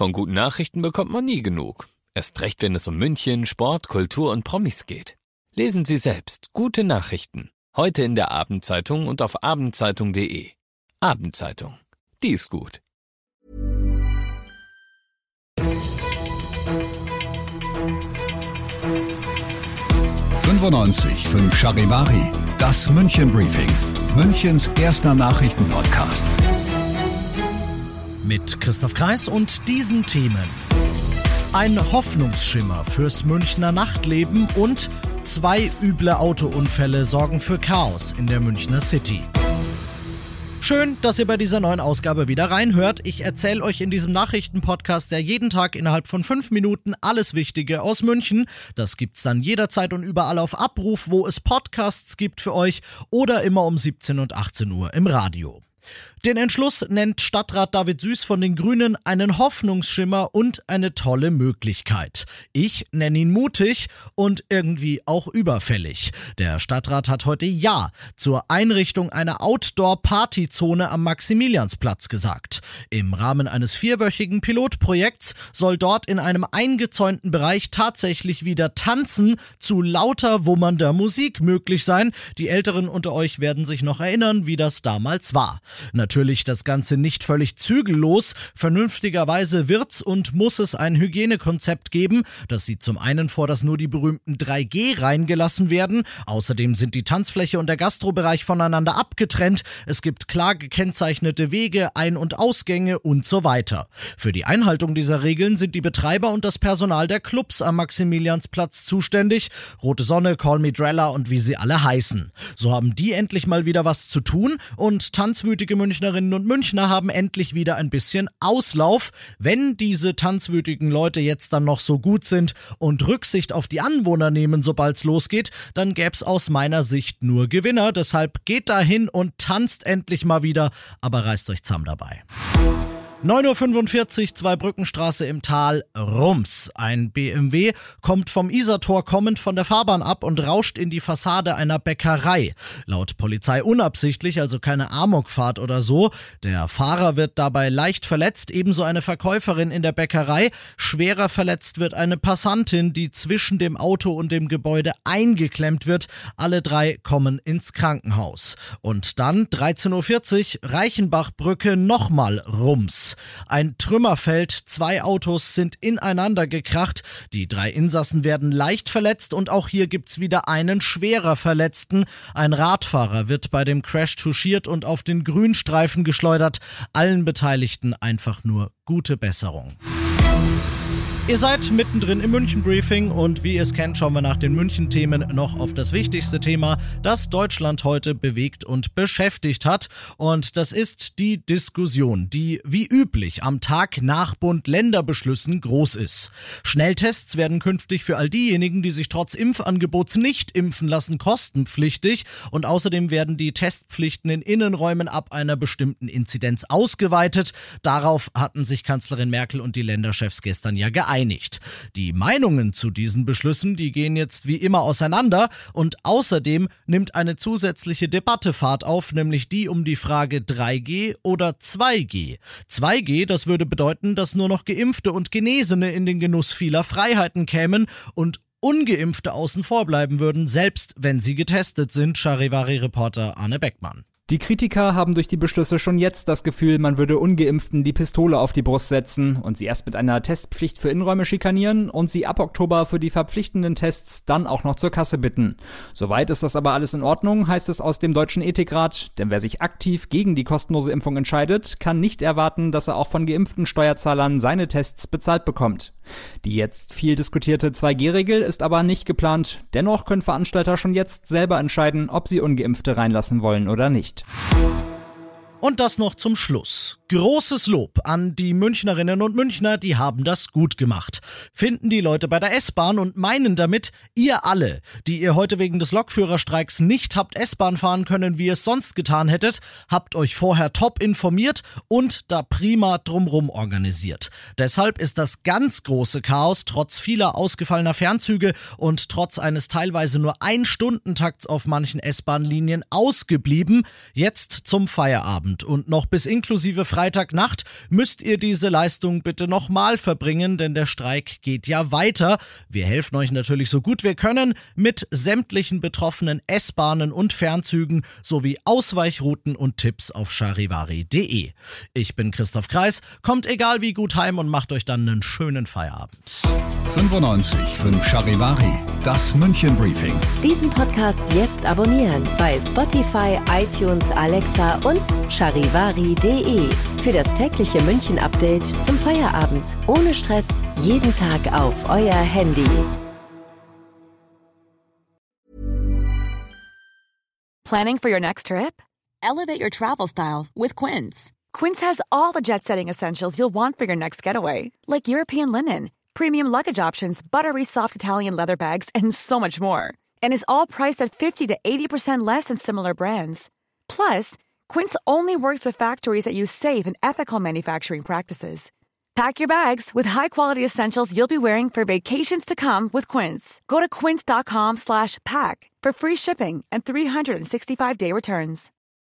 Von guten Nachrichten bekommt man nie genug. Erst recht, wenn es um München, Sport, Kultur und Promis geht. Lesen Sie selbst gute Nachrichten. Heute in der Abendzeitung und auf abendzeitung.de. Abendzeitung. Die ist gut. 95.5 Charivari, das München Briefing, Münchens erster Nachrichtenpodcast. Mit Christoph Kreis und diesen Themen. Ein Hoffnungsschimmer fürs Münchner Nachtleben und 2 üble Autounfälle sorgen für Chaos in der Münchner City. Schön, dass ihr bei dieser neuen Ausgabe wieder reinhört. Ich erzähle euch in diesem Nachrichtenpodcast ja jeden Tag innerhalb von 5 Minuten alles Wichtige aus München. Das gibt's dann jederzeit und überall auf Abruf, wo es Podcasts gibt für euch oder immer um 17 und 18 Uhr im Radio. Den Entschluss nennt Stadtrat David Süß von den Grünen einen Hoffnungsschimmer und eine tolle Möglichkeit. Ich nenne ihn mutig und irgendwie auch überfällig. Der Stadtrat hat heute Ja zur Einrichtung einer Outdoor-Partyzone am Maximiliansplatz gesagt. Im Rahmen eines 4-wöchigen Pilotprojekts soll dort in einem eingezäunten Bereich tatsächlich wieder Tanzen zu lauter wummernder Musik möglich sein. Die Älteren unter euch werden sich noch erinnern, wie das damals war. Natürlich das Ganze nicht völlig zügellos. Vernünftigerweise wird's und muss es ein Hygienekonzept geben. Das sieht zum einen vor, dass nur die berühmten 3G reingelassen werden. Außerdem sind die Tanzfläche und der Gastrobereich voneinander abgetrennt. Es gibt klar gekennzeichnete Wege, Ein- und Ausgänge und so weiter. Für die Einhaltung dieser Regeln sind die Betreiber und das Personal der Clubs am Maximiliansplatz zuständig. Rote Sonne, Call Me Drella und wie sie alle heißen. So haben die endlich mal wieder was zu tun und tanzwütige Münchnerinnen und Münchner haben endlich wieder ein bisschen Auslauf. Wenn diese tanzwütigen Leute jetzt dann noch so gut sind und Rücksicht auf die Anwohner nehmen, sobald es losgeht, dann gäb's aus meiner Sicht nur Gewinner. Deshalb geht dahin und tanzt endlich mal wieder, aber reißt euch zusammen dabei. 9.45 Uhr, Zweibrückenstraße im Tal, Rums. Ein BMW kommt vom Isartor kommend von der Fahrbahn ab und rauscht in die Fassade einer Bäckerei. Laut Polizei unabsichtlich, also keine Amokfahrt oder so. Der Fahrer wird dabei leicht verletzt, ebenso eine Verkäuferin in der Bäckerei. Schwerer verletzt wird eine Passantin, die zwischen dem Auto und dem Gebäude eingeklemmt wird. Alle 3 kommen ins Krankenhaus. Und dann 13.40 Uhr, Reichenbachbrücke, nochmal Rums. Ein Trümmerfeld, 2 Autos sind ineinander gekracht. Die 3 Insassen werden leicht verletzt und auch hier gibt's wieder einen schwerer Verletzten. Ein Radfahrer wird bei dem Crash touchiert und auf den Grünstreifen geschleudert. Allen Beteiligten einfach nur gute Besserung. Ihr seid mittendrin im München-Briefing und wie ihr es kennt, schauen wir nach den München-Themen noch auf das wichtigste Thema, das Deutschland heute bewegt und beschäftigt hat. Und das ist die Diskussion, die wie üblich am Tag nach Bund-Länder-Beschlüssen groß ist. Schnelltests werden künftig für all diejenigen, die sich trotz Impfangebots nicht impfen lassen, kostenpflichtig. Und außerdem werden die Testpflichten in Innenräumen ab einer bestimmten Inzidenz ausgeweitet. Darauf hatten sich Kanzlerin Merkel und die Länderchefs gestern ja geeinigt. Die Meinungen zu diesen Beschlüssen, die gehen jetzt wie immer auseinander und außerdem nimmt eine zusätzliche Debatte Fahrt auf, nämlich die um die Frage 3G oder 2G. 2G, das würde bedeuten, dass nur noch Geimpfte und Genesene in den Genuss vieler Freiheiten kämen und Ungeimpfte außen vor bleiben würden, selbst wenn sie getestet sind, Charivari-Reporter Arne Beckmann. Die Kritiker haben durch die Beschlüsse schon jetzt das Gefühl, man würde Ungeimpften die Pistole auf die Brust setzen und sie erst mit einer Testpflicht für Innenräume schikanieren und sie ab Oktober für die verpflichtenden Tests dann auch noch zur Kasse bitten. Soweit ist das aber alles in Ordnung, heißt es aus dem Deutschen Ethikrat, denn wer sich aktiv gegen die kostenlose Impfung entscheidet, kann nicht erwarten, dass er auch von geimpften Steuerzahlern seine Tests bezahlt bekommt. Die jetzt viel diskutierte 2G-Regel ist aber nicht geplant. Dennoch können Veranstalter schon jetzt selber entscheiden, ob sie Ungeimpfte reinlassen wollen oder nicht. Und das noch zum Schluss. Großes Lob an die Münchnerinnen und Münchner, die haben das gut gemacht. Finden die Leute bei der S-Bahn und meinen damit, ihr alle, die ihr heute wegen des Lokführerstreiks nicht habt S-Bahn fahren können, wie ihr es sonst getan hättet, habt euch vorher top informiert und da prima drumrum organisiert. Deshalb ist das ganz große Chaos trotz vieler ausgefallener Fernzüge und trotz eines teilweise nur 1-Stunden-Takts auf manchen S-Bahn-Linien ausgeblieben. Jetzt zum Feierabend Feierabend und noch bis inklusive Freitagnacht müsst ihr diese Leistung bitte nochmal verbringen, denn der Streik geht ja weiter. Wir helfen euch natürlich so gut wir können mit sämtlichen betroffenen S-Bahnen und Fernzügen sowie Ausweichrouten und Tipps auf charivari.de. Ich bin Christoph Kreis, kommt egal wie gut heim und macht euch dann einen schönen Feierabend. 95.5 Charivari, das München Briefing. Diesen Podcast jetzt abonnieren bei Spotify, iTunes, Alexa und charivari.de. Für das tägliche München-Update zum Feierabend. Ohne Stress, jeden Tag auf euer Handy. Planning for your next trip? Elevate your travel style with Quince. Quince has all the jet-setting essentials you'll want for your next getaway, like European linen, premium luggage options, buttery soft Italian leather bags, and so much more. And is all priced at 50 to 80% less than similar brands. Plus, Quince only works with factories that use safe and ethical manufacturing practices. Pack your bags with high-quality essentials you'll be wearing for vacations to come with Quince. Go to quince.com/pack for free shipping and 365-day returns.